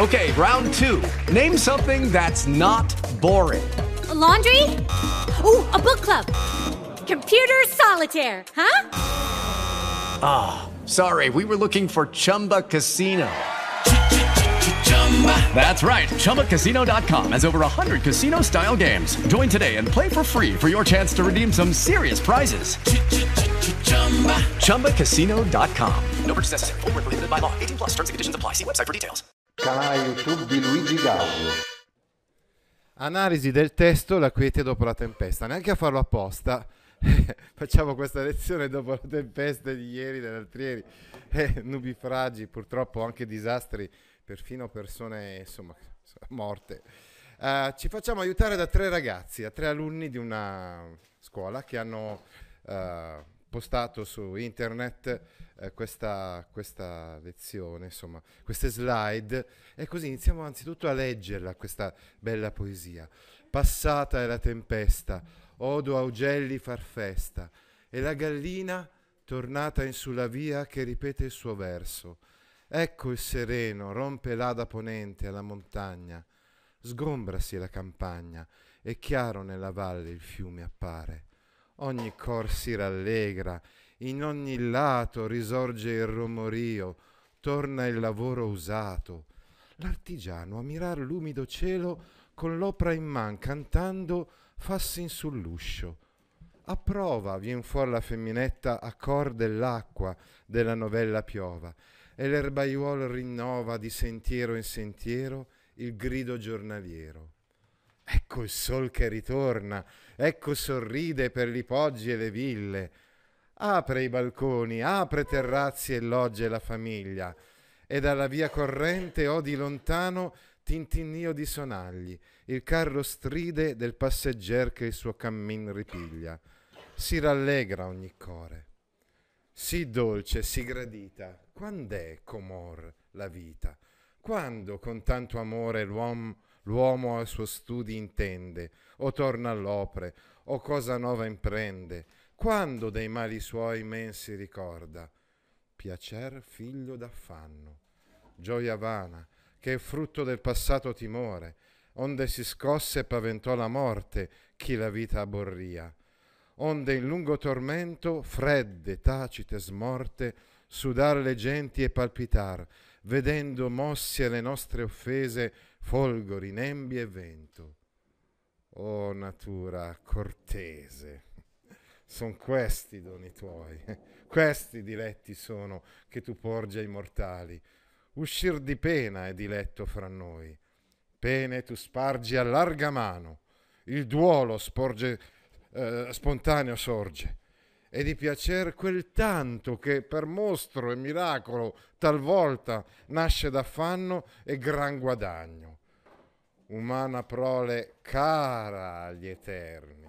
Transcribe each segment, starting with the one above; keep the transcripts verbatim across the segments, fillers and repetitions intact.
Okay, round two. Name something that's not boring. A laundry? Ooh, a book club. Computer solitaire, huh? Ah, oh, sorry, we were looking for Chumba Casino. That's right, Chumba Casino dot com has over one hundred casino-style games. Join today and play for free for your chance to redeem some serious prizes. Chumba Casino dot com. No purchase necessary. Void where prohibited by law. eighteen plus terms and conditions apply. See website for details. Canale YouTube di Luigi Gaudio. Analisi del testo, la quiete dopo la tempesta. Neanche a farlo apposta. Facciamo questa lezione dopo la tempesta di ieri, dell'altro ieri. Eh, nubifragi, purtroppo anche disastri, perfino persone insomma morte. Uh, ci facciamo aiutare da tre ragazzi, da tre alunni di una scuola che hanno uh, postato su internet uh, questa, questa lezione, insomma, queste slide, e così iniziamo anzitutto a leggerla, questa bella poesia. Passata è la tempesta, odo a ugelli far festa, e la gallina tornata in sulla via che ripete il suo verso. Ecco il sereno, rompe l'ada ponente alla montagna, sgombrasi la campagna, e chiaro nella valle il fiume appare. Ogni cor si rallegra, in ogni lato risorge il romorio, torna il lavoro usato. L'artigiano a mirar l'umido cielo con l'opra in man cantando fassin sull'uscio. A prova vien fuor la femminetta a cor dell'acqua della novella piova, e l'erbaiuol rinnova di sentiero in sentiero il grido giornaliero. Ecco il sol che ritorna, ecco sorride per li poggi e le ville. Apre i balconi, apre terrazzi e logge la famiglia, e dalla via corrente o di lontano tintinnio di sonagli, il carro stride del passegger che il suo cammin ripiglia. Si rallegra ogni core. Sì dolce, sì gradita, quand'è com'or la vita? Quando con tanto amore l'uom, l'uomo al suo studi intende, o torna all'opre, o cosa nuova imprende? Quando dei mali suoi men si ricorda? Piacer figlio d'affanno, gioia vana, che è frutto del passato timore, onde si scosse e paventò la morte chi la vita aborria. Onde in lungo tormento, fredde, tacite, smorte, sudar le genti e palpitar, vedendo mossi alle nostre offese folgori, nembi e vento. O natura cortese, son questi doni tuoi, questi diletti sono che tu porgi ai mortali. Uscir di pena è diletto fra noi, pene tu spargi a larga mano, il duolo sporge eh, spontaneo sorge, e di piacer quel tanto che per mostro e miracolo talvolta nasce d'affanno e gran guadagno. Umana prole cara agli eterni,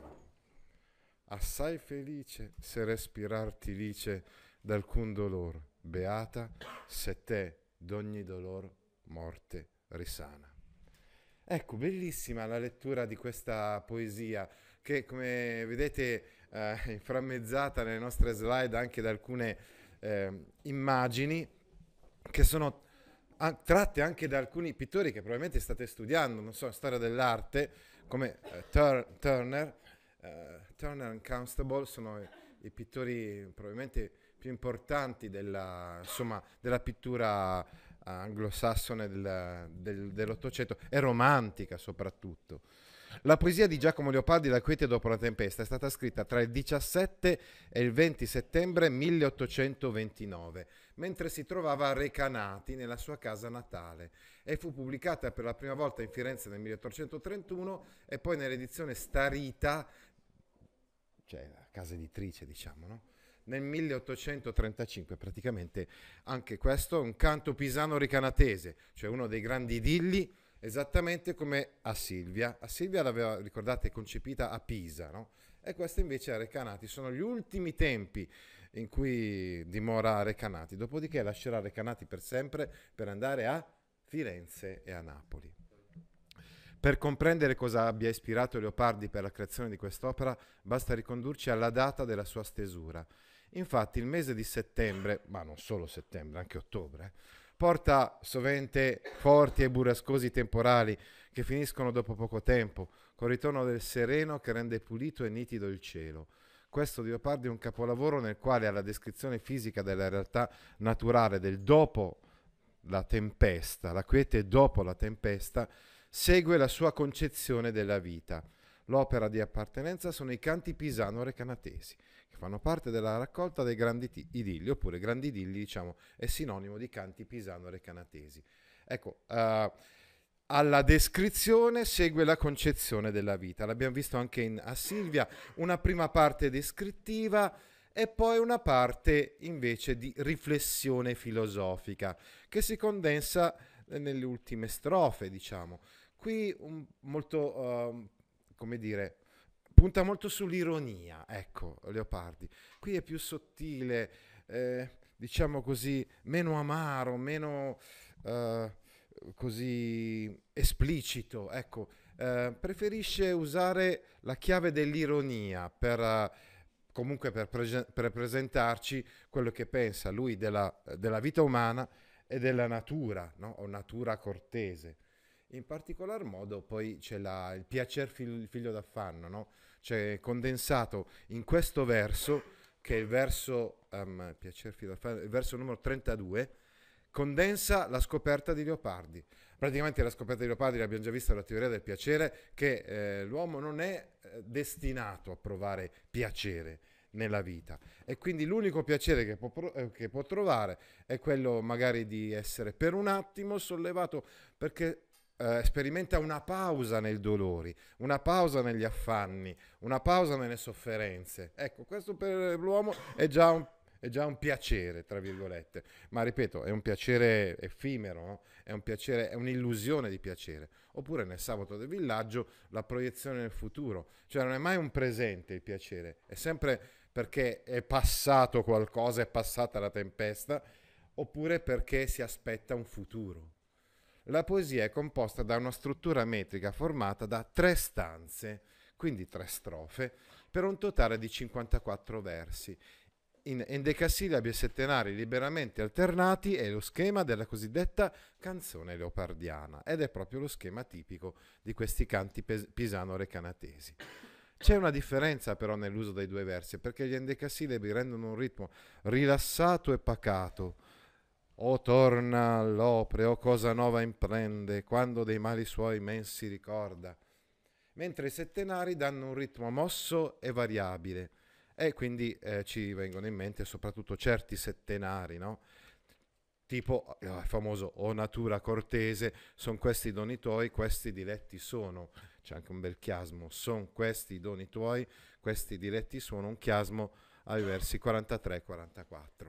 assai felice se respirarti lice d'alcun dolor, beata se te d'ogni dolor morte risana. Ecco, bellissima la lettura di questa poesia che, come vedete, eh, inframmezzata nelle nostre slide anche da alcune eh, immagini che sono a- tratte anche da alcuni pittori che probabilmente state studiando, non so, storia dell'arte, come eh, Tur- Turner, eh, Turner and Constable, sono i, i pittori probabilmente più importanti della, insomma, della pittura anglosassone del, del, dell'Ottocento, e romantica soprattutto. La poesia di Giacomo Leopardi, La quiete dopo la tempesta, è stata scritta tra il diciassette e il venti settembre milleottocentoventinove, mentre si trovava a Recanati, nella sua casa natale, e fu pubblicata per la prima volta in Firenze nel milleottocentotrentuno e poi nell'edizione Starita, cioè la casa editrice, diciamo, no? Nel milleottocentotrentacinque. Praticamente anche questo è un canto pisano ricanatese, cioè uno dei grandi idilli, esattamente come a Silvia. A Silvia l'aveva, ricordate, concepita a Pisa, no? E questa invece a Recanati. Sono gli ultimi tempi in cui dimora a Recanati, dopodiché lascerà Recanati per sempre per andare a Firenze e a Napoli. Per comprendere cosa abbia ispirato Leopardi per la creazione di quest'opera, basta ricondurci alla data della sua stesura. Infatti il mese di settembre, ma non solo settembre, anche ottobre, porta sovente forti e burrascosi temporali che finiscono dopo poco tempo, col ritorno del sereno che rende pulito e nitido il cielo. Questo di Leopardi è un capolavoro nel quale alla descrizione fisica della realtà naturale del dopo la tempesta, la quiete dopo la tempesta, segue la sua concezione della vita. L'opera di appartenenza sono i canti pisano-recanatesi, che fanno parte della raccolta dei grandi t- idilli, oppure grandi idilli, diciamo, è sinonimo di canti pisano-recanatesi. Ecco, uh, alla descrizione segue la concezione della vita. L'abbiamo visto anche in, a Silvia, una prima parte descrittiva e poi una parte invece di riflessione filosofica, che si condensa nelle ultime strofe, diciamo. Qui un, molto... Uh, come dire, punta molto sull'ironia, ecco, Leopardi. Qui è più sottile, eh, diciamo così, meno amaro, meno eh, così esplicito, ecco. Eh, preferisce usare la chiave dell'ironia per, uh, comunque per, pre- per presentarci quello che pensa lui della, della vita umana e della natura, no? O natura cortese. In particolar modo poi c'è la, il piacer fil, figlio d'affanno, no? C'è condensato in questo verso, che è il verso, um, piacer figlio d'affanno, il verso numero trentadue, condensa la scoperta di Leopardi. Praticamente la scoperta di Leopardi l'abbiamo già vista nella teoria del piacere, che eh, l'uomo non è eh, destinato a provare piacere nella vita, e quindi l'unico piacere che può, eh, che può trovare è quello magari di essere per un attimo sollevato, perché Uh, sperimenta una pausa nei dolori, una pausa negli affanni, una pausa nelle sofferenze. Ecco, questo per l'uomo è già un, è già un piacere, tra virgolette, ma ripeto, è un piacere effimero, no? È un piacere, è un'illusione di piacere. Oppure nel Sabato del Villaggio la proiezione nel futuro, cioè non è mai un presente il piacere, è sempre perché è passato qualcosa, è passata la tempesta, oppure perché si aspetta un futuro. La poesia è composta da una struttura metrica formata da tre stanze, quindi tre strofe, per un totale di cinquantaquattro versi. In endecasillabi e settenari liberamente alternati è lo schema della cosiddetta canzone leopardiana, ed è proprio lo schema tipico di questi canti pes- pisano-recanatesi. C'è una differenza però nell'uso dei due versi, perché gli endecasillabi rendono un ritmo rilassato e pacato. O torna all'opre, o cosa nova imprende, quando dei mali suoi men si ricorda. Mentre i settenari danno un ritmo mosso e variabile, e quindi eh, ci vengono in mente soprattutto certi settenari, no? Tipo il eh, famoso O natura cortese, son questi i doni tuoi, questi diletti sono. C'è anche un bel chiasmo, son questi i doni tuoi, questi diletti sono, un chiasmo ai versi quarantatré e quarantaquattro.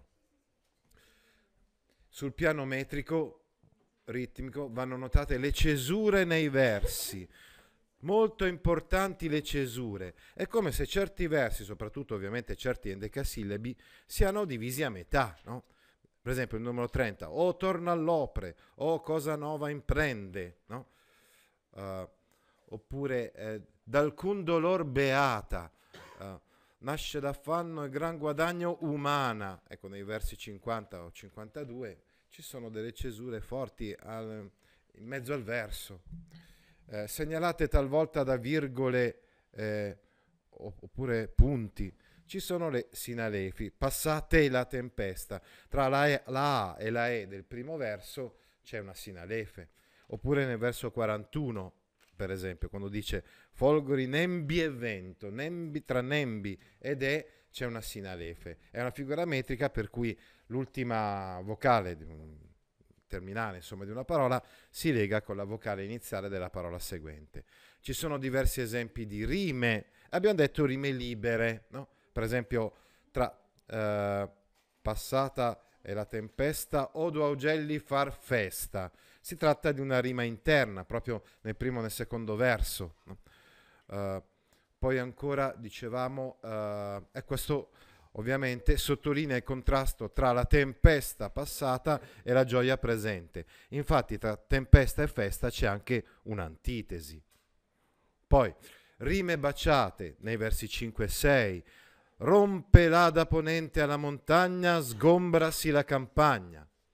Sul piano metrico, ritmico, vanno notate le cesure nei versi. Molto importanti le cesure. È come se certi versi, soprattutto ovviamente certi endecasillabi, siano divisi a metà, no? Per esempio il numero trenta, o torna all'opre, o cosa nova imprende, no? Uh, oppure eh, d'alcun dolor beata, uh, nasce d'affanno e gran guadagno umana. Ecco, nei versi cinquanta o cinquantadue ci sono delle cesure forti al, in mezzo al verso, eh, segnalate talvolta da virgole eh, oppure punti. Ci sono le sinalefi, passate la tempesta. Tra la, e, la A e la E del primo verso c'è una sinalefe. Oppure nel verso quarantuno, per esempio, quando dice folgori nembi e vento, nembi, tra nembi ed E c'è una sinalefe. È una figura metrica per cui l'ultima vocale, terminale insomma, di una parola si lega con la vocale iniziale della parola seguente. Ci sono diversi esempi di rime, abbiamo detto rime libere, no? Per esempio tra eh, passata e la tempesta o due augelli far festa. Si tratta di una rima interna, proprio nel primo e nel secondo verso, no? Uh, poi ancora dicevamo, uh, e questo ovviamente sottolinea il contrasto tra la tempesta passata e la gioia presente. Infatti tra tempesta e festa c'è anche un'antitesi. Poi rime baciate nei versi cinque e sei, rompe l'ada ponente alla montagna, sgombrasi la campagna.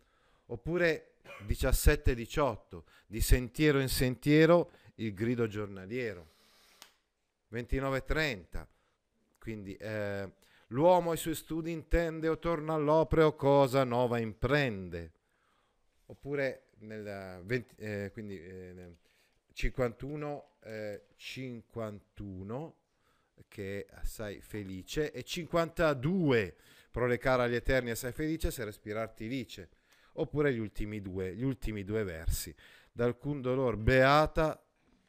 Oppure diciassette diciotto, di sentiero in sentiero il grido giornaliero. ventinove trenta, quindi eh, l'uomo ai suoi studi intende o torna all'opera cosa nuova imprende. Oppure nel venti, eh, quindi, eh, nel cinquantuno, eh, cinquantuno, che è assai felice, e cinquantadue, pro le cara agli eterni assai felice, se respirarti lice. Oppure gli ultimi due, gli ultimi due versi. D'alcun dolor beata,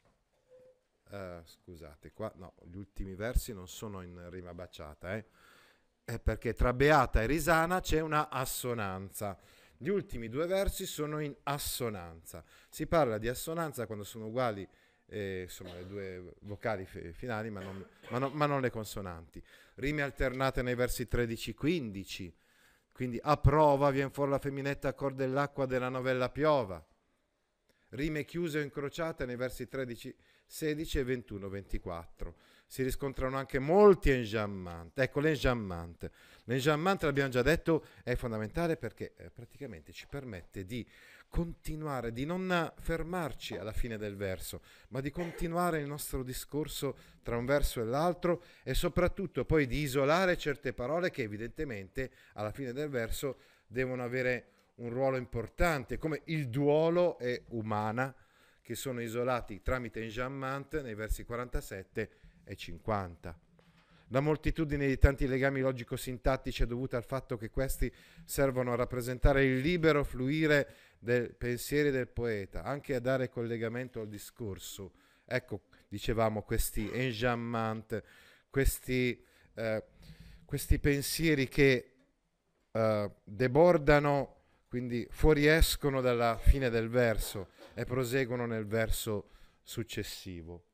uh, scusate, qua no, gli ultimi versi non sono in rima baciata, eh? È perché tra beata e risana c'è una assonanza. Gli ultimi due versi sono in assonanza. Si parla di assonanza quando sono uguali, eh, insomma, le due vocali f- finali, ma non, ma, no, ma non le consonanti. Rime alternate nei versi tredici quindici. Quindi a prova vien fuori la femminetta a cor dell'acqua della novella piova. Rime chiuse o incrociate nei versi tredici sedici e ventuno ventiquattro. Si riscontrano anche molti enjambment. Ecco, l'enjambment. L'enjambment, l'abbiamo già detto, è fondamentale perché eh, praticamente ci permette di continuare, di non fermarci alla fine del verso, ma di continuare il nostro discorso tra un verso e l'altro, e soprattutto poi di isolare certe parole che evidentemente alla fine del verso devono avere un ruolo importante, come il duolo e umana, che sono isolati tramite enjambment nei versi quarantasette e cinquanta. La moltitudine di tanti legami logico-sintattici è dovuta al fatto che questi servono a rappresentare il libero fluire dei pensieri del poeta, anche a dare collegamento al discorso. Ecco, dicevamo, questi enjambment, questi, eh, questi pensieri che eh, debordano, quindi fuoriescono dalla fine del verso e proseguono nel verso successivo.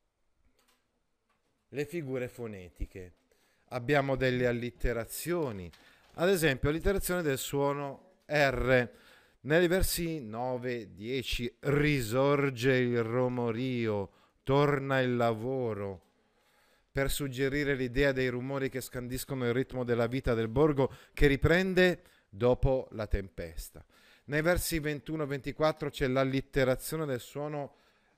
Le figure fonetiche. Abbiamo delle allitterazioni, ad esempio allitterazione del suono R. Nei versi nove dieci risorge il romorio, torna il lavoro, per suggerire l'idea dei rumori che scandiscono il ritmo della vita del borgo che riprende dopo la tempesta. Nei versi ventuno ventiquattro c'è l'allitterazione del suono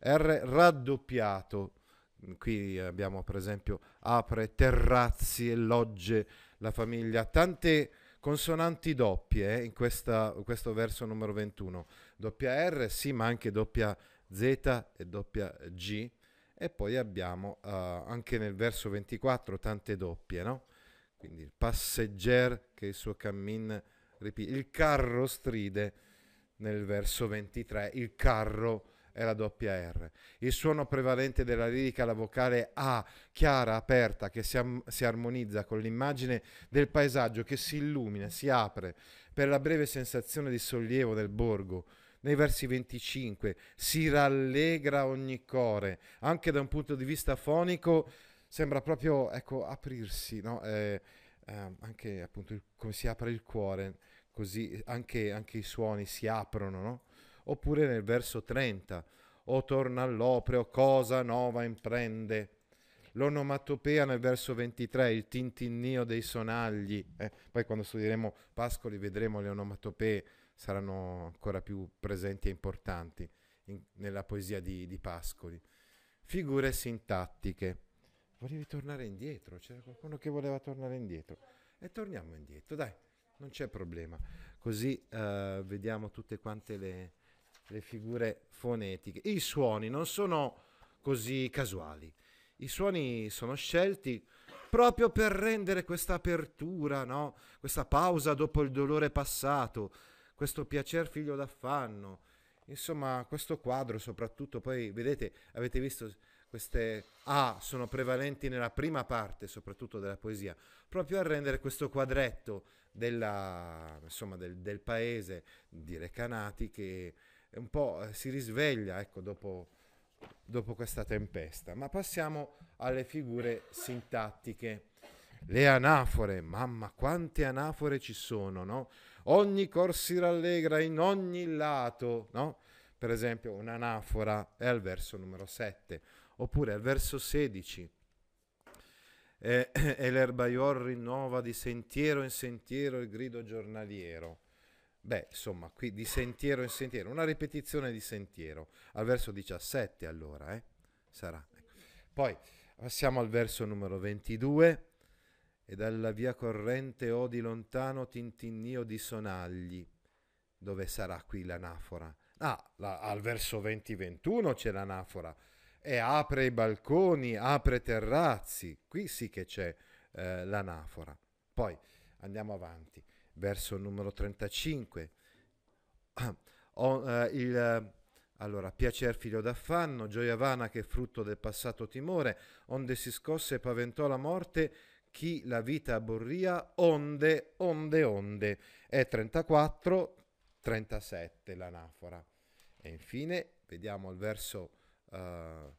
R raddoppiato. Qui abbiamo per esempio apre, terrazzi e logge, la famiglia, tante consonanti doppie eh, in, questa, in questo verso numero ventuno. Doppia R sì, ma anche doppia Z e doppia G. E poi abbiamo uh, anche nel verso ventiquattro tante doppie, no? Quindi il passeggero che il suo cammin ripete, il carro stride nel verso ventitré, il carro è la doppia R. Il suono prevalente della lirica, la vocale A, chiara, aperta, che si, am- si armonizza con l'immagine del paesaggio che si illumina, si apre per la breve sensazione di sollievo del borgo. Nei versi venticinque si rallegra ogni core, anche da un punto di vista fonico sembra proprio, ecco, aprirsi, no? eh, eh, anche appunto il, come si apre il cuore, così anche, anche i suoni si aprono, no? Oppure nel verso trenta, o torna all'opera, cosa nuova imprende. L'onomatopea nel verso ventitré, il tintinnio dei sonagli. Eh, poi quando studieremo Pascoli vedremo le onomatopee, saranno ancora più presenti e importanti in, nella poesia di, di Pascoli. Figure sintattiche. Volevi tornare indietro? C'era qualcuno che voleva tornare indietro. E torniamo indietro, dai, non c'è problema. Così uh, vediamo tutte quante le... le figure fonetiche. I suoni non sono così casuali, i suoni sono scelti proprio per rendere questa apertura, no? Questa pausa dopo il dolore passato, questo piacer figlio d'affanno, insomma questo quadro soprattutto. Poi vedete, avete visto, queste A sono prevalenti nella prima parte soprattutto della poesia, proprio a rendere questo quadretto della, insomma, del, del paese di Recanati che un po' si risveglia, ecco, dopo, dopo questa tempesta. Ma passiamo alle figure sintattiche. Le anafore, mamma quante anafore ci sono, no? Ogni cor si rallegra in ogni lato, no? Per esempio un'anafora è al verso numero sette, oppure al verso sedici. E, e l'erbaior rinnova di sentiero in sentiero il grido giornaliero. Beh, insomma, qui di sentiero in sentiero, una ripetizione di sentiero, al verso diciassette allora, eh? Sarà. Poi passiamo al verso numero ventidue, e dalla via corrente o di lontano tintinnio di sonagli. Dove sarà qui l'anafora? Ah, la, al verso venti ventuno c'è l'anafora, e apre i balconi, apre terrazzi, qui sì che c'è eh, l'anafora. Poi andiamo avanti. Verso numero trentacinque, oh, eh, il, eh, allora, piacer figlio d'affanno, gioia vana che è frutto del passato timore, onde si scosse e paventò la morte, chi la vita aborria, onde, onde, onde, è trentaquattro, trentasette l'anafora. E infine, vediamo il verso, uh,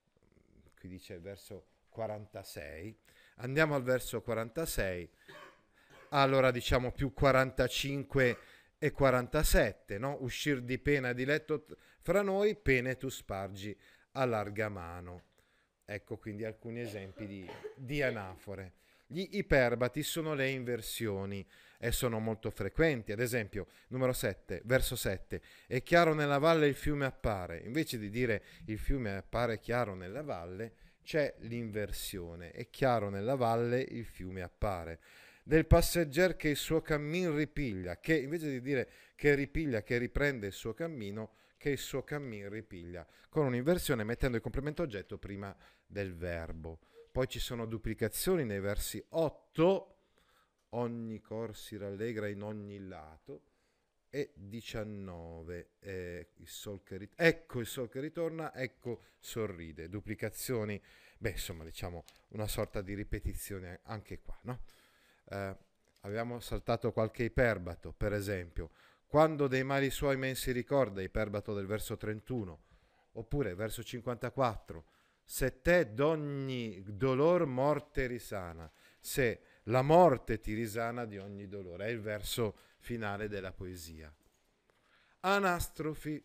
qui dice il verso quarantasei, andiamo al verso quarantasei, allora diciamo più quarantacinque e quarantasette, no? Uscir di pena di letto fra noi, pene tu spargi a larga mano. Ecco quindi alcuni esempi di, di anafore. Gli iperbati sono le inversioni e sono molto frequenti. Ad esempio, numero sette, verso sette, è chiaro nella valle il fiume appare. Invece di dire il fiume appare chiaro nella valle, c'è l'inversione. È chiaro nella valle il fiume appare. Del passeggero che il suo cammin ripiglia, che invece di dire che ripiglia, che riprende il suo cammino, che il suo cammin ripiglia, con un'inversione mettendo il complemento oggetto prima del verbo. Poi ci sono duplicazioni nei versi otto, ogni cor si rallegra in ogni lato, e diciannove, eh, il sol che rit- ecco il sol che ritorna, ecco sorride. Duplicazioni, beh insomma diciamo una sorta di ripetizione anche qua, no? Eh, abbiamo saltato qualche iperbato, per esempio, quando dei mali suoi men si ricorda, iperbato del verso trentuno, oppure verso cinquantaquattro, se te d'ogni dolor morte risana, se la morte ti risana di ogni dolore, è il verso finale della poesia. Anastrofi,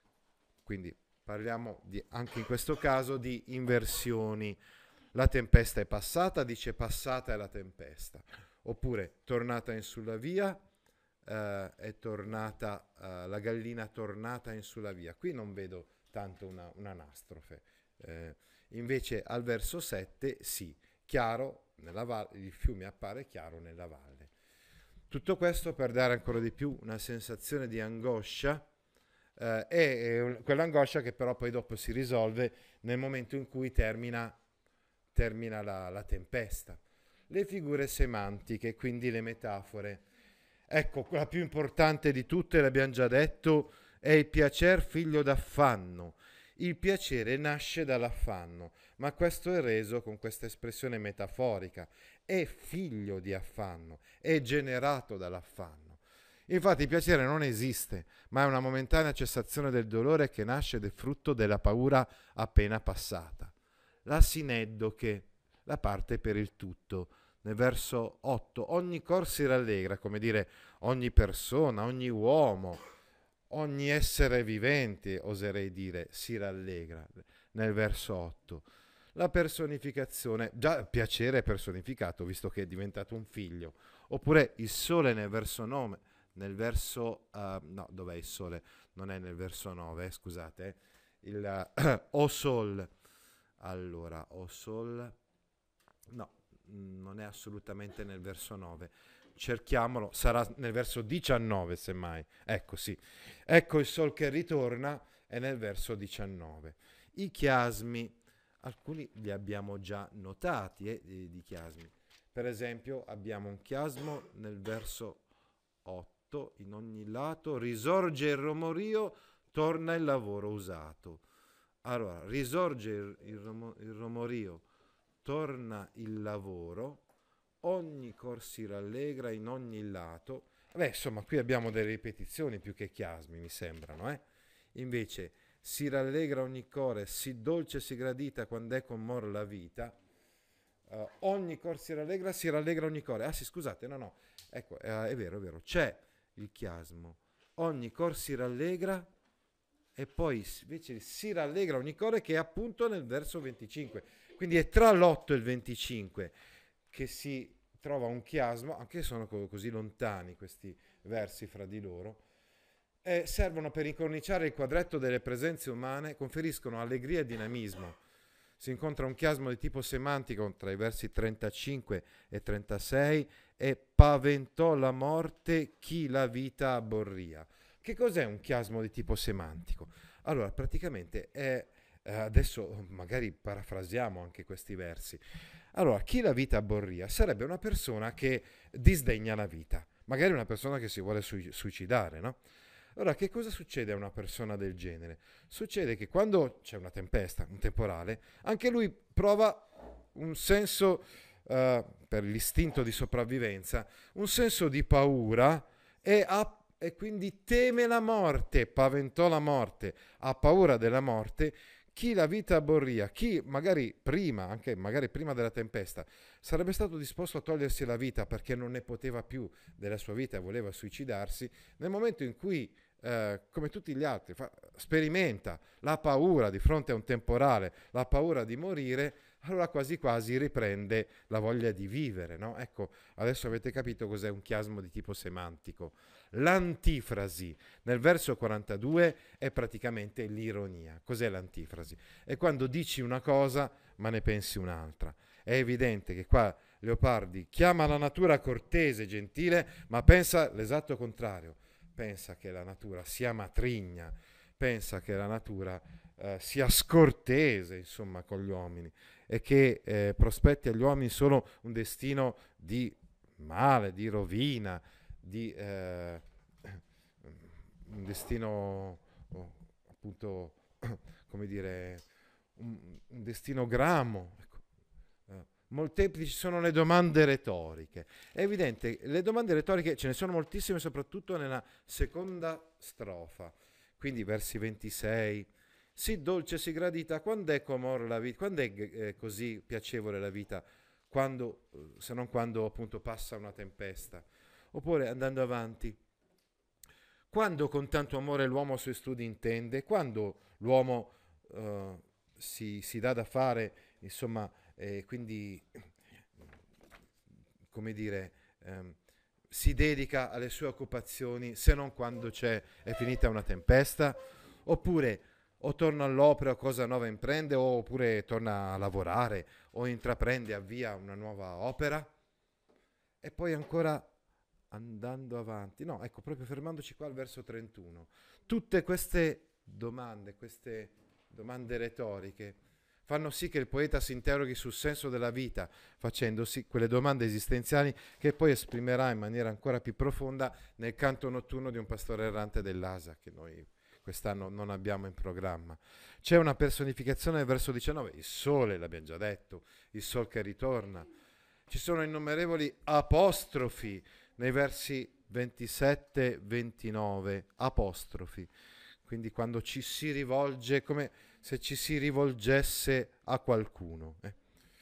quindi parliamo di, anche in questo caso di inversioni. La tempesta è passata, dice passata è la tempesta. Oppure tornata in sulla via, eh, è tornata, eh, la gallina tornata in sulla via. Qui non vedo tanto una, un'anastrofe. Eh, invece al verso sette, sì, chiaro, nella valle, il fiume appare chiaro nella valle. Tutto questo per dare ancora di più una sensazione di angoscia, eh, e quell'angoscia che però poi dopo si risolve nel momento in cui termina, termina la, la tempesta. Le figure semantiche, quindi le metafore. Ecco, la più importante di tutte, l'abbiamo già detto, è il piacer figlio d'affanno. Il piacere nasce dall'affanno, ma questo è reso con questa espressione metaforica. È figlio di affanno, è generato dall'affanno. Infatti il piacere non esiste, ma è una momentanea cessazione del dolore che nasce ed è frutto della paura appena passata. La sineddoche, la parte per il tutto. Nel verso otto, ogni cor si rallegra, come dire ogni persona, ogni uomo, ogni essere vivente, oserei dire, si rallegra. Nel verso otto. La personificazione, già piacere è personificato, visto che è diventato un figlio. Oppure il sole nel verso nove, nel verso, uh, no, dov'è il sole? Non è nel verso nove, eh, scusate, eh. il uh, o sol. Allora, o sol, no, non è assolutamente nel verso nove. Cerchiamolo, sarà nel verso diciannove semmai. Ecco, sì. Ecco il sol che ritorna, è nel verso diciannove. I chiasmi, alcuni li abbiamo già notati, eh, di, di chiasmi. Per esempio abbiamo un chiasmo nel verso otto, in ogni lato, risorge il romorio, torna il lavoro usato. Allora, risorge il, il, rom- il romorio, torna il lavoro, ogni cor si rallegra in ogni lato. Beh, insomma, qui abbiamo delle ripetizioni più che chiasmi, mi sembrano, eh? Invece, si rallegra ogni core, sì dolce si gradita quando è con mor la vita. Uh, ogni cor si rallegra, si rallegra ogni core. Ah sì, scusate, no, no, ecco, uh, è vero, è vero, c'è il chiasmo. Ogni cor si rallegra, e poi invece si rallegra ogni core, che è appunto nel verso venticinque. Quindi è tra l'otto e il venticinque che si trova un chiasmo, anche sono co- così lontani questi versi fra di loro, e servono per incorniciare il quadretto delle presenze umane, conferiscono allegria e dinamismo. Si incontra un chiasmo di tipo semantico tra i versi trentacinque e trentasei e paventò la morte chi la vita aborria. Che cos'è un chiasmo di tipo semantico? Allora, praticamente è, eh, adesso magari parafrasiamo anche questi versi. Allora, chi la vita aborria sarebbe una persona che disdegna la vita, magari una persona che si vuole sui- suicidare, no? Allora, che cosa succede a una persona del genere? Succede che quando c'è una tempesta, un temporale, anche lui prova un senso, eh, per l'istinto di sopravvivenza, un senso di paura e, ha, e quindi teme la morte, paventò la morte, ha paura della morte. Chi la vita aborria, chi magari prima, anche magari prima della tempesta, sarebbe stato disposto a togliersi la vita perché non ne poteva più della sua vita e voleva suicidarsi, nel momento in cui, eh, come tutti gli altri, fa, sperimenta la paura di fronte a un temporale, la paura di morire, allora quasi quasi riprende la voglia di vivere, no? Ecco, adesso avete capito cos'è un chiasmo di tipo semantico. L'antifrasi nel verso quarantadue è praticamente l'ironia. Cos'è l'antifrasi? È quando dici una cosa ma ne pensi un'altra. È evidente che qua Leopardi chiama la natura cortese, gentile, ma pensa l'esatto contrario. Pensa che la natura sia matrigna, pensa che la natura eh, sia scortese, insomma, con gli uomini e che eh, prospetti agli uomini solo un destino di male, di rovina, di eh, un destino oh, appunto come dire un, un destino gramo. Ecco. Eh, molteplici sono le domande retoriche. È evidente, le domande retoriche ce ne sono moltissime, soprattutto nella seconda strofa, quindi versi ventisei. Sì dolce, sì gradita, quando è comor la vita, quando è eh, così piacevole la vita, quando, se non quando appunto passa una tempesta. Oppure andando avanti, quando con tanto amore l'uomo i suoi studi intende, quando l'uomo uh, si, si dà da fare, insomma, eh, quindi, come dire, ehm, si dedica alle sue occupazioni, se non quando c'è, è finita una tempesta, oppure o torna all'opera o cosa nuova imprende, oppure torna a lavorare, o intraprende, avvia una nuova opera, e poi ancora andando avanti, no, ecco, proprio fermandoci qua al verso trentuno, tutte queste domande, queste domande retoriche, fanno sì che il poeta si interroghi sul senso della vita, facendosi quelle domande esistenziali che poi esprimerà in maniera ancora più profonda nel canto notturno di un pastore errante dell'A S A, che noi quest'anno non abbiamo in programma. C'è una personificazione nel verso diciannove, il sole, l'abbiamo già detto, il sol che ritorna. Ci sono innumerevoli apostrofi nei versi ventisette ventinove, apostrofi, quindi quando ci si rivolge, come se ci si rivolgesse a qualcuno. Eh.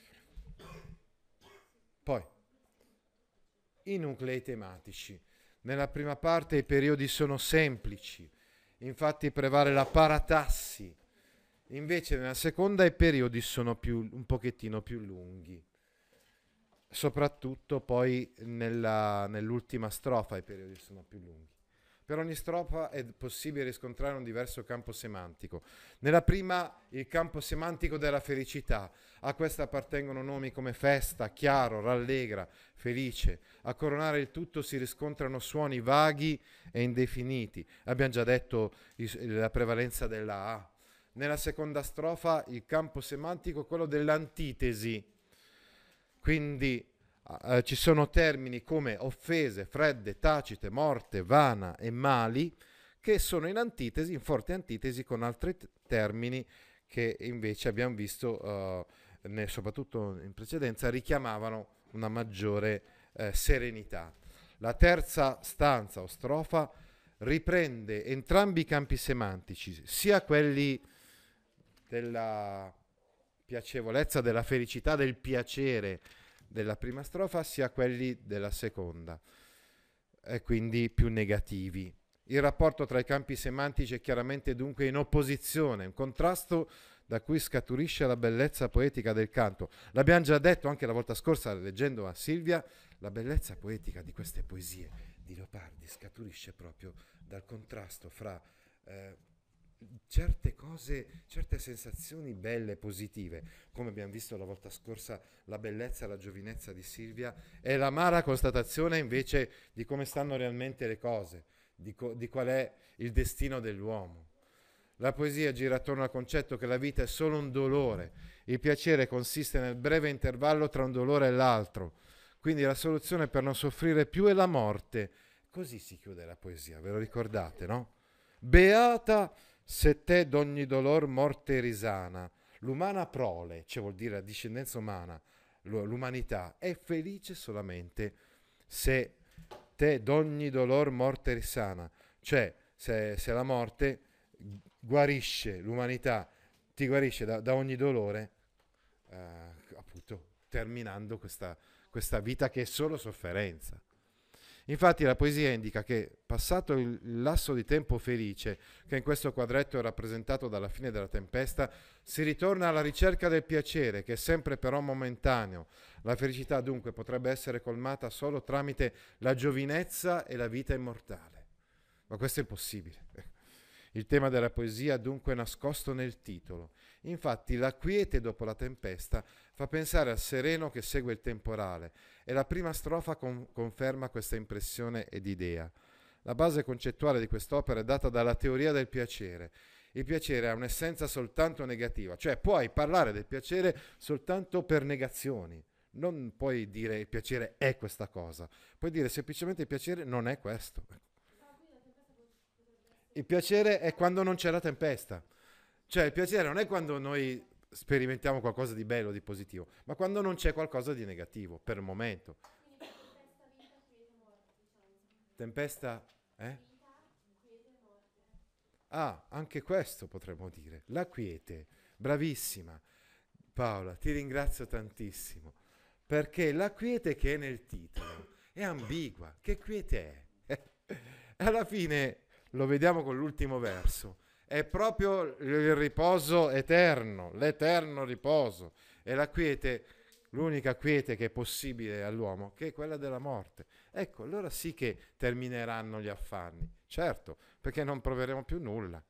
Poi, i nuclei tematici. Nella prima parte i periodi sono semplici, infatti prevale la paratassi, invece nella seconda i periodi sono più, un pochettino più lunghi. Soprattutto poi nella, nell'ultima strofa i periodi sono più lunghi. Per ogni strofa è possibile riscontrare un diverso campo semantico. Nella prima il campo semantico della felicità, a questa appartengono nomi come festa, chiaro, rallegra, felice. A coronare il tutto si riscontrano suoni vaghi e indefiniti. Abbiamo già detto is- la prevalenza della A. Nella seconda strofa il campo semantico è quello dell'antitesi. Quindi uh, ci sono termini come offese, fredde, tacite, morte, vana e mali che sono in antitesi, in forte antitesi con altri t- termini che invece abbiamo visto, uh, ne, soprattutto in precedenza, richiamavano una maggiore uh, serenità. La terza stanza o strofa riprende entrambi i campi semantici, sia quelli della piacevolezza, della felicità, del piacere della prima strofa, sia quelli della seconda, e quindi più negativi. Il rapporto tra i campi semantici è chiaramente dunque in opposizione, un contrasto da cui scaturisce la bellezza poetica del canto. L'abbiamo già detto anche la volta scorsa leggendo a Silvia, La bellezza poetica di queste poesie di Leopardi scaturisce proprio dal contrasto fra eh, certe cose, certe sensazioni belle, positive, come abbiamo visto la volta scorsa, la bellezza e la giovinezza di Silvia, e l'amara constatazione invece di come stanno realmente le cose, di, co- di qual è il destino dell'uomo. La poesia gira attorno al concetto che la vita è solo un dolore, il piacere consiste nel breve intervallo tra un dolore e l'altro, quindi la soluzione per non soffrire più è la morte. Così si chiude la poesia, ve lo ricordate, no? Beata se te d'ogni dolor morte risana, l'umana prole, cioè vuol dire la discendenza umana, l'umanità, è felice solamente se te d'ogni dolor morte risana, cioè se, se la morte guarisce l'umanità, ti guarisce da, da ogni dolore, eh, appunto terminando questa, questa vita che è solo sofferenza. Infatti la poesia indica che, passato il lasso di tempo felice, che in questo quadretto è rappresentato dalla fine della tempesta, si ritorna alla ricerca del piacere, che è sempre però momentaneo. La felicità dunque potrebbe essere colmata solo tramite la giovinezza e la vita immortale. Ma questo è impossibile. Il tema della poesia dunque è nascosto nel titolo. Infatti la quiete dopo la tempesta fa pensare al sereno che segue il temporale e la prima strofa con- conferma questa impressione ed idea. La base concettuale di quest'opera è data dalla teoria del piacere. Il piacere ha un'essenza soltanto negativa, cioè puoi parlare del piacere soltanto per negazioni. Non puoi dire il piacere è questa cosa, puoi dire semplicemente il piacere non è questo. Il piacere è quando non c'è la tempesta. Cioè il piacere non è quando noi sperimentiamo qualcosa di bello, di positivo, ma quando non c'è qualcosa di negativo, per il momento. Tempesta, eh? Ah, anche questo potremmo dire. La quiete. Bravissima. Paola, ti ringrazio tantissimo. Perché la quiete che è nel titolo è ambigua. Che quiete è? Alla fine lo vediamo con l'ultimo verso. È proprio il riposo eterno, l'eterno riposo. E la quiete, l'unica quiete che è possibile all'uomo, che è quella della morte. Ecco, allora sì che termineranno gli affanni. Certo, perché non proveremo più nulla.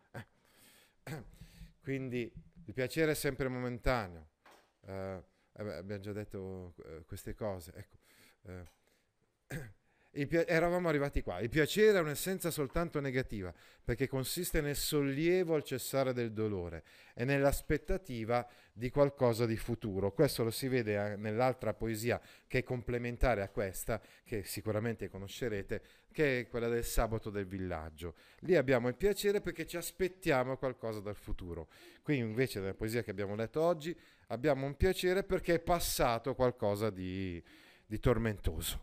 Quindi il piacere è sempre momentaneo. Uh, abbiamo già detto uh, queste cose. Ecco. Uh, Il pi- eravamo arrivati qua. Il piacere è un'essenza soltanto negativa, perché consiste nel sollievo al cessare del dolore e nell'aspettativa di qualcosa di futuro. Questo lo si vede nell'altra poesia che è complementare a questa, che sicuramente conoscerete, che è quella del Sabato del villaggio. Lì abbiamo il piacere perché ci aspettiamo qualcosa dal futuro. Qui invece nella poesia che abbiamo letto oggi abbiamo un piacere perché è passato qualcosa di, di tormentoso.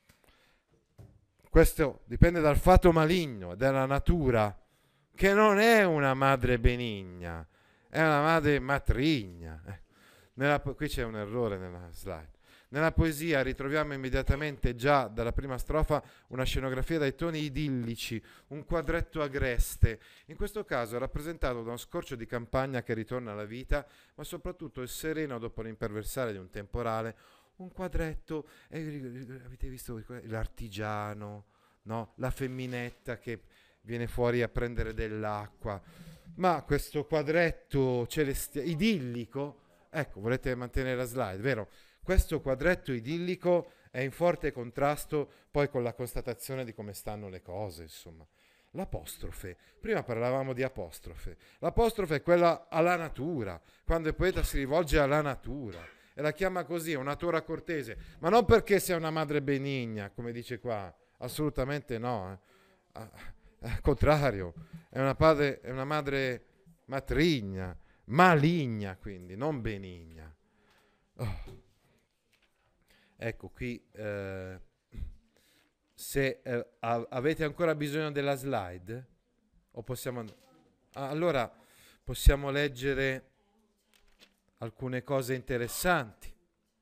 Questo dipende dal fato maligno della natura, che non è una madre benigna, è una madre matrigna. Eh. Nella, qui c'è un errore nella slide. Nella poesia ritroviamo immediatamente già dalla prima strofa una scenografia dai toni idillici, un quadretto agreste, in questo caso rappresentato da uno scorcio di campagna che ritorna alla vita, ma soprattutto il sereno dopo l'imperversare di un temporale, un quadretto, eh, avete visto l'artigiano, no? La femminetta che viene fuori a prendere dell'acqua, ma questo quadretto celestiale, idillico, ecco, volete mantenere la slide, vero? Questo quadretto idillico è in forte contrasto poi con la constatazione di come stanno le cose, insomma. L'apostrofe, prima parlavamo di apostrofe, l'apostrofe è quella alla natura, quando il poeta si rivolge alla natura, e la chiama così, una natura cortese, ma non perché sia una madre benigna, come dice qua, assolutamente no, eh. Al contrario, è una, padre, è una madre matrigna, maligna quindi, non benigna. Oh. Ecco qui, eh, se eh, avete ancora bisogno della slide, o possiamo and- ah, allora possiamo leggere alcune cose interessanti.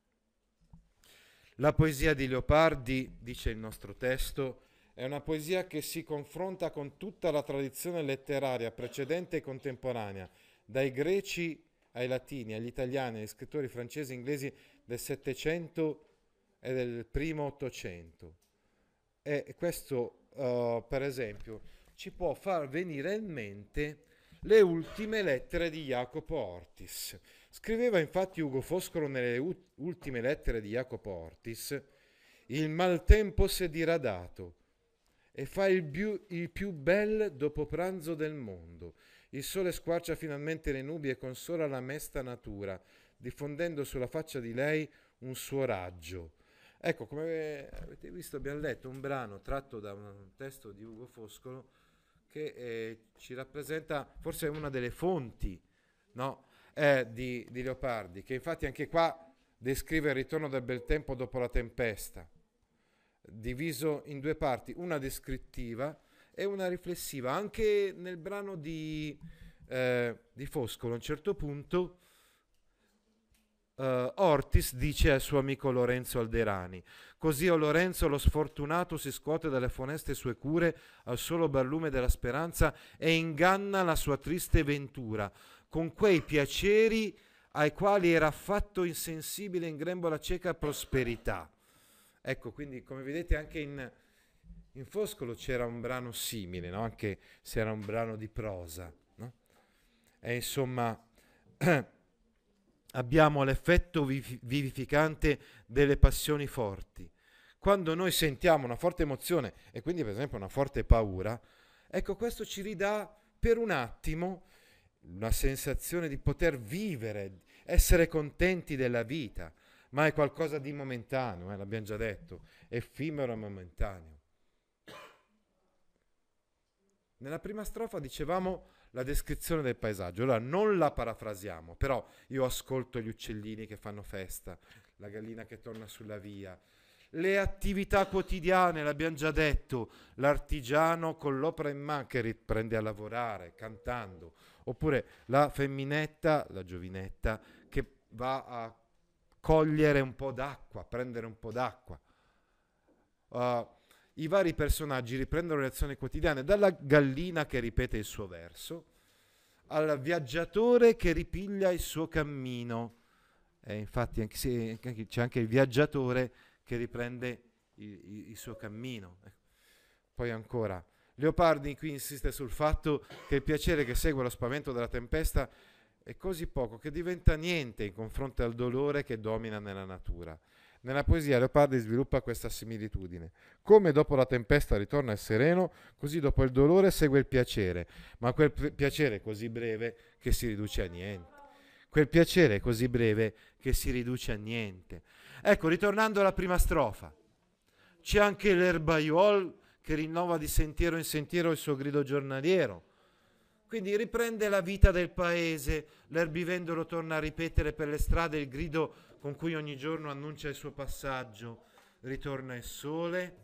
La poesia di Leopardi, dice il nostro testo, è una poesia che si confronta con tutta la tradizione letteraria precedente e contemporanea, dai greci ai latini, agli italiani, agli scrittori francesi e inglesi del Settecento è del primo Ottocento. E questo, uh, per esempio, ci può far venire in mente le ultime lettere di Jacopo Ortis. Scriveva infatti Ugo Foscolo nelle u- ultime lettere di Jacopo Ortis: il maltempo s'è diradato e fa il, più, il più bel dopo pranzo del mondo. Il sole squarcia finalmente le nubi e consola la mesta natura, diffondendo sulla faccia di lei un suo raggio. Ecco, come avete visto, abbiamo letto un brano tratto da un testo di Ugo Foscolo che eh, ci rappresenta forse una delle fonti, no? eh, di, di Leopardi, che infatti anche qua descrive il ritorno del bel tempo dopo la tempesta, diviso in due parti, una descrittiva e una riflessiva. Anche nel brano di, eh, di Foscolo, a un certo punto, Uh, Ortis dice al suo amico Lorenzo Alderani: così o Lorenzo lo sfortunato si scuote dalle funeste sue cure al solo barlume della speranza e inganna la sua triste ventura con quei piaceri ai quali era affatto insensibile in grembo la cieca prosperità. Ecco, quindi come vedete anche in, in Foscolo c'era un brano simile, no? Anche se era un brano di prosa, no? E insomma abbiamo l'effetto vivificante delle passioni forti. Quando noi sentiamo una forte emozione e quindi per esempio una forte paura, ecco, questo ci ridà per un attimo una sensazione di poter vivere, essere contenti della vita, ma è qualcosa di momentaneo, eh, l'abbiamo già detto, effimero e momentaneo. Nella prima strofa dicevamo la descrizione del paesaggio. Allora non la parafrasiamo, però io ascolto gli uccellini che fanno festa, la gallina che torna sulla via, le attività quotidiane, l'abbiamo già detto, l'artigiano con l'opera in mano che riprende a lavorare cantando, oppure la femminetta, la giovinetta che va a cogliere un po' d'acqua, prendere un po' d'acqua. Uh, I vari personaggi riprendono le azioni quotidiane, dalla gallina che ripete il suo verso, al viaggiatore che ripiglia il suo cammino. E infatti anche se, anche, c'è anche il viaggiatore che riprende il, il, il suo cammino. Poi ancora, Leopardi qui insiste sul fatto che il piacere che segue lo spavento della tempesta è così poco che diventa niente in confronto al dolore che domina nella natura. Nella poesia Leopardi sviluppa questa similitudine. Come dopo la tempesta ritorna il sereno, così dopo il dolore segue il piacere, ma quel p- piacere è così breve che si riduce a niente. Quel piacere è così breve che si riduce a niente. Ecco, ritornando alla prima strofa, c'è anche l'erbaiuol che rinnova di sentiero in sentiero il suo grido giornaliero. Quindi riprende la vita del paese, l'erbivendolo torna a ripetere per le strade il grido con cui ogni giorno annuncia il suo passaggio. Ritorna il sole.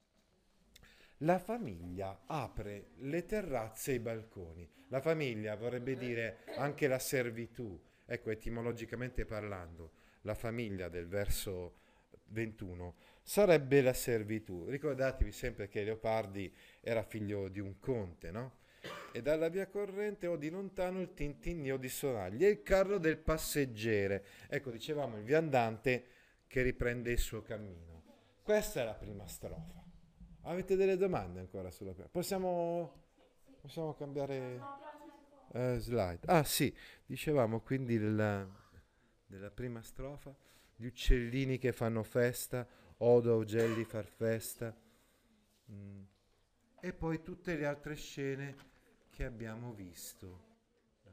La famiglia apre le terrazze e i balconi. La famiglia vorrebbe dire anche la servitù. Ecco, etimologicamente parlando, la famiglia del verso ventuno sarebbe la servitù. Ricordatevi sempre che Leopardi era figlio di un conte, no? E dalla via corrente o di lontano il tintinnio di sonagli e il carro del passeggere. Ecco, dicevamo il viandante che riprende il suo cammino. Questa è la prima strofa. Avete delle domande ancora sulla prima? Possiamo, possiamo cambiare uh, slide? Ah sì, dicevamo quindi della, della prima strofa, gli uccellini che fanno festa, odo augelli far festa, mm. E poi tutte le altre scene che abbiamo visto, uh,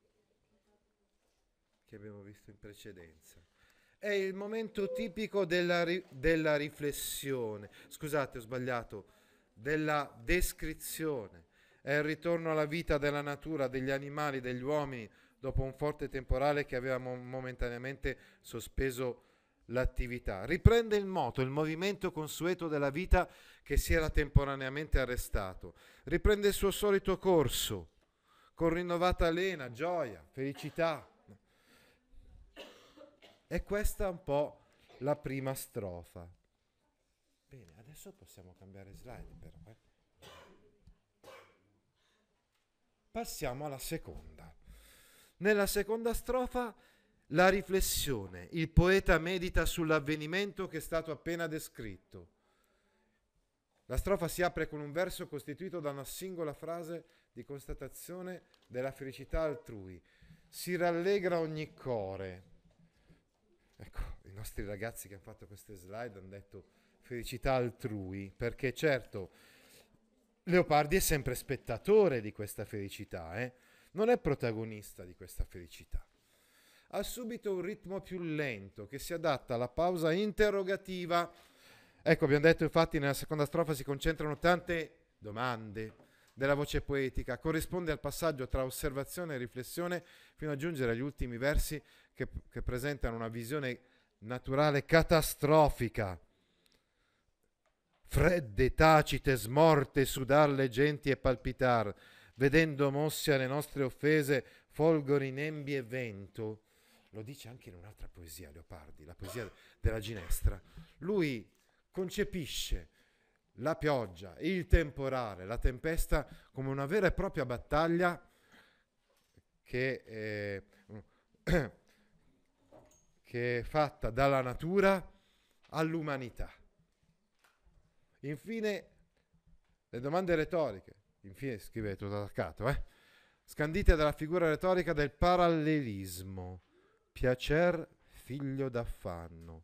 che abbiamo visto in precedenza. È il momento tipico della, ri- della riflessione, scusate ho sbagliato, della descrizione. È il ritorno alla vita della natura, degli animali, degli uomini, dopo un forte temporale che aveva mo- momentaneamente sospeso l'attività. Riprende il moto, il movimento consueto della vita che si era temporaneamente arrestato. Riprende il suo solito corso, con rinnovata lena, gioia, felicità. E questa è un po' la prima strofa. Bene, adesso possiamo cambiare slide però. Eh. Passiamo alla seconda. Nella seconda strofa la riflessione, il poeta medita sull'avvenimento che è stato appena descritto. La strofa si apre con un verso costituito da una singola frase di constatazione della felicità altrui. Si rallegra ogni core. Ecco, i nostri ragazzi che hanno fatto queste slide hanno detto felicità altrui, perché certo Leopardi è sempre spettatore di questa felicità, eh? Non è protagonista di questa felicità. Ha subito un ritmo più lento che si adatta alla pausa interrogativa. Ecco, abbiamo detto infatti nella seconda strofa si concentrano tante domande della voce poetica, corrisponde al passaggio tra osservazione e riflessione fino a giungere agli ultimi versi che, che presentano una visione naturale catastrofica. Fredde, tacite, smorte, sudar le genti e palpitar, vedendo mossi alle nostre offese folgori nembi e vento. Lo dice anche in un'altra poesia Leopardi, la poesia della Ginestra. Lui concepisce la pioggia, il temporale, la tempesta come una vera e propria battaglia che, eh, che è fatta dalla natura all'umanità. Infine, le domande retoriche, infine scrive tutto attaccato, eh? scandite dalla figura retorica del parallelismo, piacer figlio d'affanno,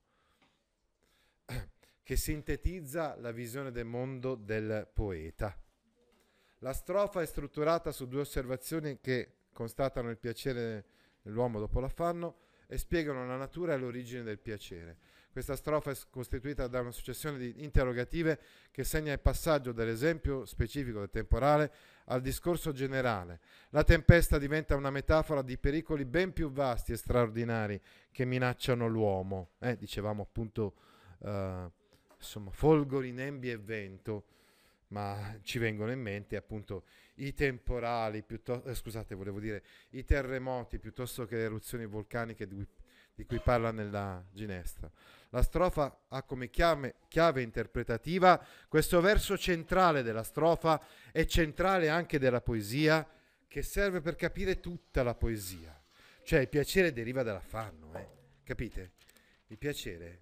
che sintetizza la visione del mondo del poeta. La strofa è strutturata su due osservazioni che constatano il piacere dell'uomo dopo l'affanno e spiegano la natura e l'origine del piacere. Questa strofa è costituita da una successione di interrogative che segna il passaggio dall'esempio specifico del temporale al discorso generale. La tempesta diventa una metafora di pericoli ben più vasti e straordinari che minacciano l'uomo. Eh, dicevamo appunto... Uh, insomma, folgori, nembi e vento, ma ci vengono in mente appunto i temporali, piuttosto, eh, scusate, volevo dire i terremoti piuttosto che le eruzioni vulcaniche di cui, di cui parla nella Ginestra. La strofa ha come chiave, chiave interpretativa questo verso centrale della strofa e centrale anche della poesia, che serve per capire tutta la poesia. Cioè il piacere deriva dall'affanno, eh? Capite? Il piacere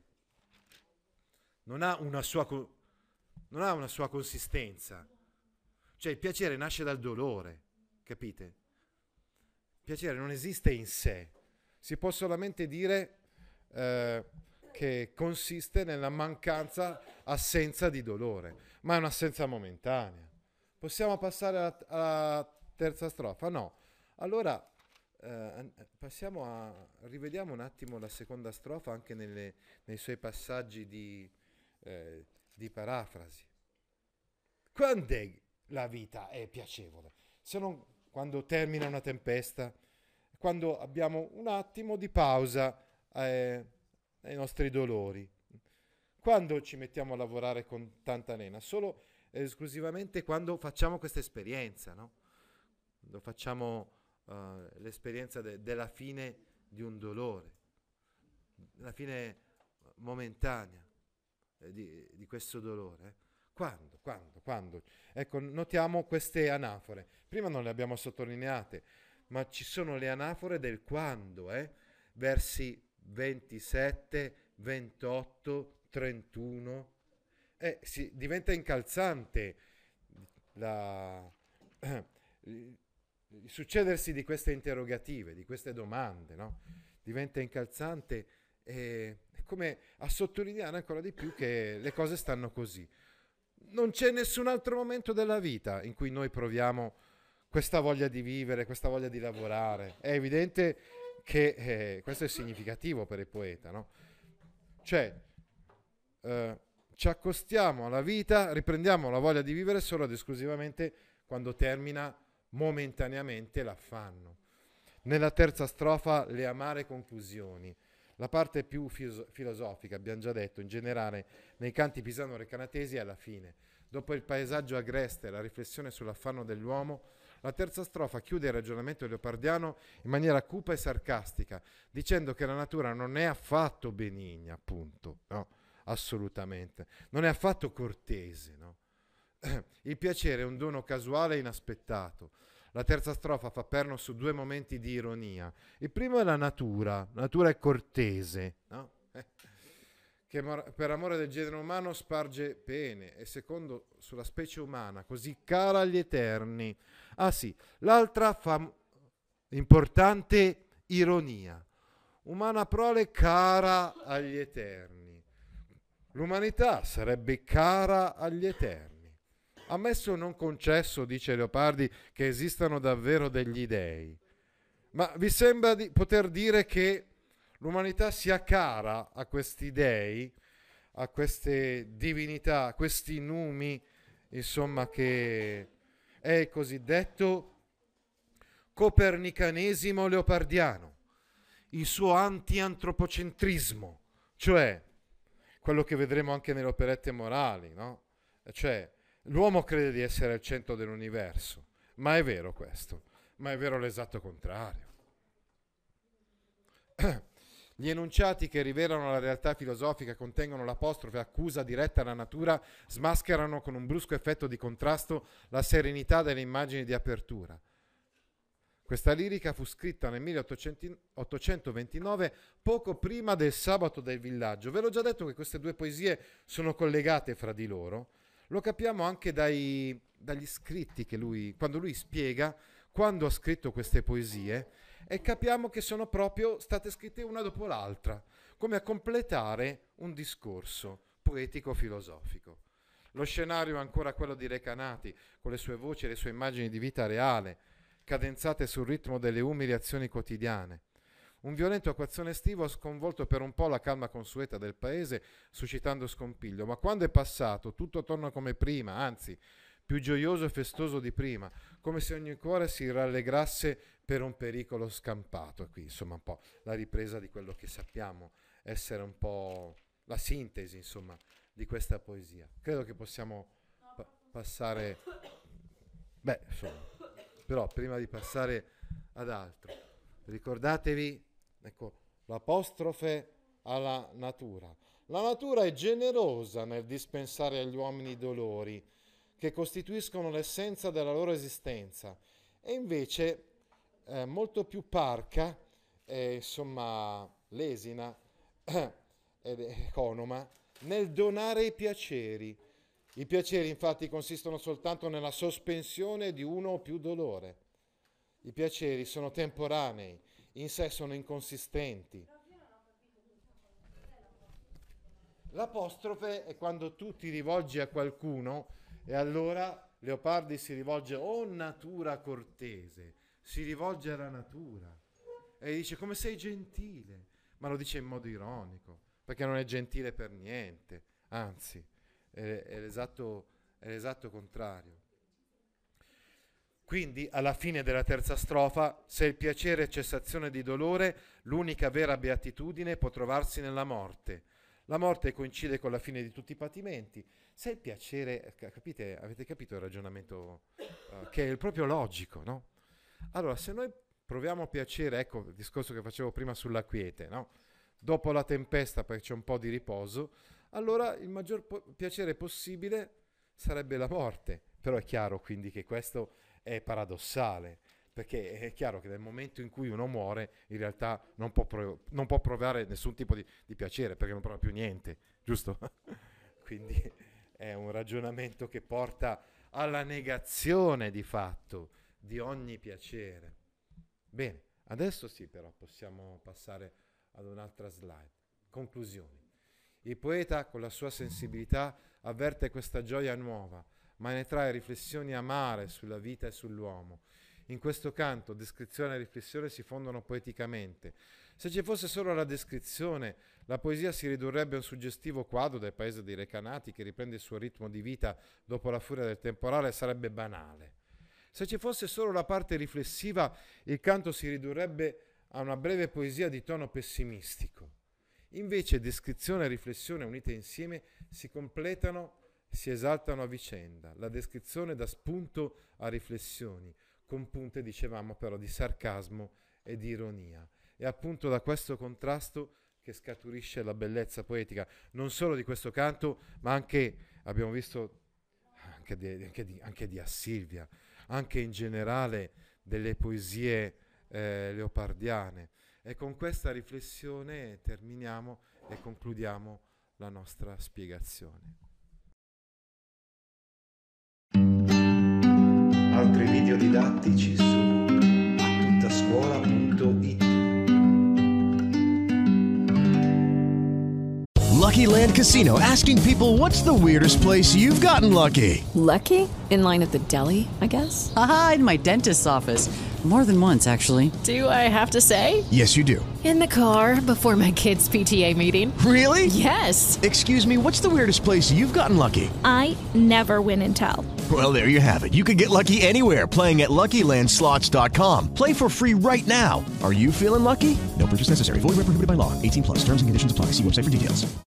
non ha una sua co- non ha una sua consistenza. Cioè il piacere nasce dal dolore, capite? Il piacere non esiste in sé, si può solamente dire eh, che consiste nella mancanza, assenza di dolore, ma è un'assenza momentanea. Possiamo passare alla, alla terza strofa? No. Allora eh, passiamo a rivediamo un attimo la seconda strofa anche nelle, nei suoi passaggi di Eh, di parafrasi. Quando è la vita è piacevole? Se non quando termina una tempesta, quando abbiamo un attimo di pausa eh, ai nostri dolori, quando ci mettiamo a lavorare con tanta lena, solo ed esclusivamente quando facciamo questa esperienza, no? Quando facciamo uh, l'esperienza de- della fine di un dolore, la fine momentanea Di, di questo dolore. Eh? Quando? Quando? Quando? Ecco, notiamo queste anafore. Prima non le abbiamo sottolineate, ma ci sono le anafore del quando, eh? Versi ventisette, ventotto, trentuno. Eh, si, diventa incalzante la, eh, il succedersi di queste interrogative, di queste domande, no? Diventa incalzante e come a sottolineare ancora di più che le cose stanno così. Non c'è nessun altro momento della vita in cui noi proviamo questa voglia di vivere, questa voglia di lavorare. È evidente che eh, questo è significativo per il poeta, no? Cioè, eh, ci accostiamo alla vita, riprendiamo la voglia di vivere solo ed esclusivamente quando termina momentaneamente l'affanno. Nella terza strofa le amare conclusioni. La parte più filo- filosofica, abbiamo già detto, in generale nei canti pisano-recanatesi è alla fine. Dopo il paesaggio agreste e la riflessione sull'affanno dell'uomo, la terza strofa chiude il ragionamento leopardiano in maniera cupa e sarcastica, dicendo che la natura non è affatto benigna, appunto, no? Assolutamente. Non è affatto cortese, no? Il piacere è un dono casuale e inaspettato. La terza strofa fa perno su due momenti di ironia. Il primo è la natura, la natura è cortese, no? Eh. Che mor- per amore del genere umano sparge pene, e secondo sulla specie umana, così cara agli eterni. Ah sì, l'altra fa m- importante ironia. Umana prole cara agli eterni. L'umanità sarebbe cara agli eterni. Ammesso non concesso, dice Leopardi, che esistano davvero degli dei. Ma vi sembra di poter dire che l'umanità sia cara a questi dei, a queste divinità, a questi numi, insomma, che è il cosiddetto copernicanesimo leopardiano, il suo anti-antropocentrismo, cioè quello che vedremo anche nelle operette morali, no? Cioè, l'uomo crede di essere al centro dell'universo, ma è vero questo? Ma è vero l'esatto contrario. Gli enunciati che rivelano la realtà filosofica, contengono l'apostrofe accusa diretta alla natura, smascherano con un brusco effetto di contrasto la serenità delle immagini di apertura. Questa lirica fu scritta nel milleottocentoventinove, poco prima del Sabato del Villaggio. Ve l'ho già detto che queste due poesie sono collegate fra di loro. Lo capiamo anche dai, dagli scritti che lui, quando lui spiega quando ha scritto queste poesie, e capiamo che sono proprio state scritte una dopo l'altra, come a completare un discorso poetico-filosofico. Lo scenario è ancora quello di Recanati, con le sue voci e le sue immagini di vita reale, cadenzate sul ritmo delle umili azioni quotidiane. Un violento acquazzone estivo ha sconvolto per un po' la calma consueta del paese, suscitando scompiglio, ma quando è passato tutto torna come prima, anzi più gioioso e festoso di prima, come se ogni cuore si rallegrasse per un pericolo scampato. E qui insomma un po' la ripresa di quello che sappiamo essere un po' la sintesi, insomma, di questa poesia. Credo che possiamo pa- passare, beh, insomma, però prima di passare ad altro, ricordatevi, ecco, l'apostrofe alla natura. La natura è generosa nel dispensare agli uomini i dolori che costituiscono l'essenza della loro esistenza, e invece eh, molto più parca, eh, insomma lesina eh, ed economa nel donare i piaceri. I piaceri infatti consistono soltanto nella sospensione di uno o più dolore. I piaceri sono temporanei, in sé sono inconsistenti. L'apostrofe è quando tu ti rivolgi a qualcuno, e allora Leopardi si rivolge, oh natura cortese, si rivolge alla natura e dice come sei gentile, ma lo dice in modo ironico, perché non è gentile per niente, anzi è, è, l'esatto, è l'esatto contrario. Quindi alla fine della terza strofa, se il piacere è cessazione di dolore, l'unica vera beatitudine può trovarsi nella morte. La morte coincide con la fine di tutti i patimenti. Se il piacere, capite, avete capito il ragionamento uh, che è proprio logico, no? Allora, se noi proviamo piacere, ecco il discorso che facevo prima sulla quiete, no? Dopo la tempesta, perché c'è un po' di riposo, allora il maggior po- piacere possibile sarebbe la morte. Però è chiaro quindi che questo è paradossale, perché è chiaro che nel momento in cui uno muore in realtà non può, prov- non può provare nessun tipo di, di piacere, perché non prova più niente, giusto? Quindi è un ragionamento che porta alla negazione di fatto di ogni piacere. Bene, adesso sì, però possiamo passare ad un'altra slide. Conclusioni. Il poeta con la sua sensibilità avverte questa gioia nuova, ma ne trae riflessioni amare sulla vita e sull'uomo. In questo canto descrizione e riflessione si fondono poeticamente. Se ci fosse solo la descrizione, la poesia si ridurrebbe a un suggestivo quadro del paese dei Recanati che riprende il suo ritmo di vita dopo la furia del temporale e sarebbe banale. Se ci fosse solo la parte riflessiva, il canto si ridurrebbe a una breve poesia di tono pessimistico. Invece descrizione e riflessione unite insieme si completano, si esaltano a vicenda. La descrizione dà spunto a riflessioni, con punte, dicevamo, però di sarcasmo e di ironia. È appunto da questo contrasto che scaturisce la bellezza poetica, non solo di questo canto, ma anche, abbiamo visto, anche di, anche di, anche di Assilvia. anche in generale delle poesie eh, leopardiane. E con questa riflessione terminiamo e concludiamo la nostra spiegazione. Altri video didattici su a tutta scuola punto it. Lucky Land Casino, asking people, what's the weirdest place you've gotten lucky? Lucky? In line at the deli, I guess? Aha, in my dentist's office. More than once, actually. Do I have to say? Yes, you do. In the car before my kids' P T A meeting. Really? Yes. Excuse me, what's the weirdest place you've gotten lucky? I never win and tell. Well, there you have it. You can get lucky anywhere, playing at Lucky Land Slots dot com. Play for free right now. Are you feeling lucky? No purchase necessary. Void where prohibited by law. eighteen plus. Terms and conditions apply. See website for details.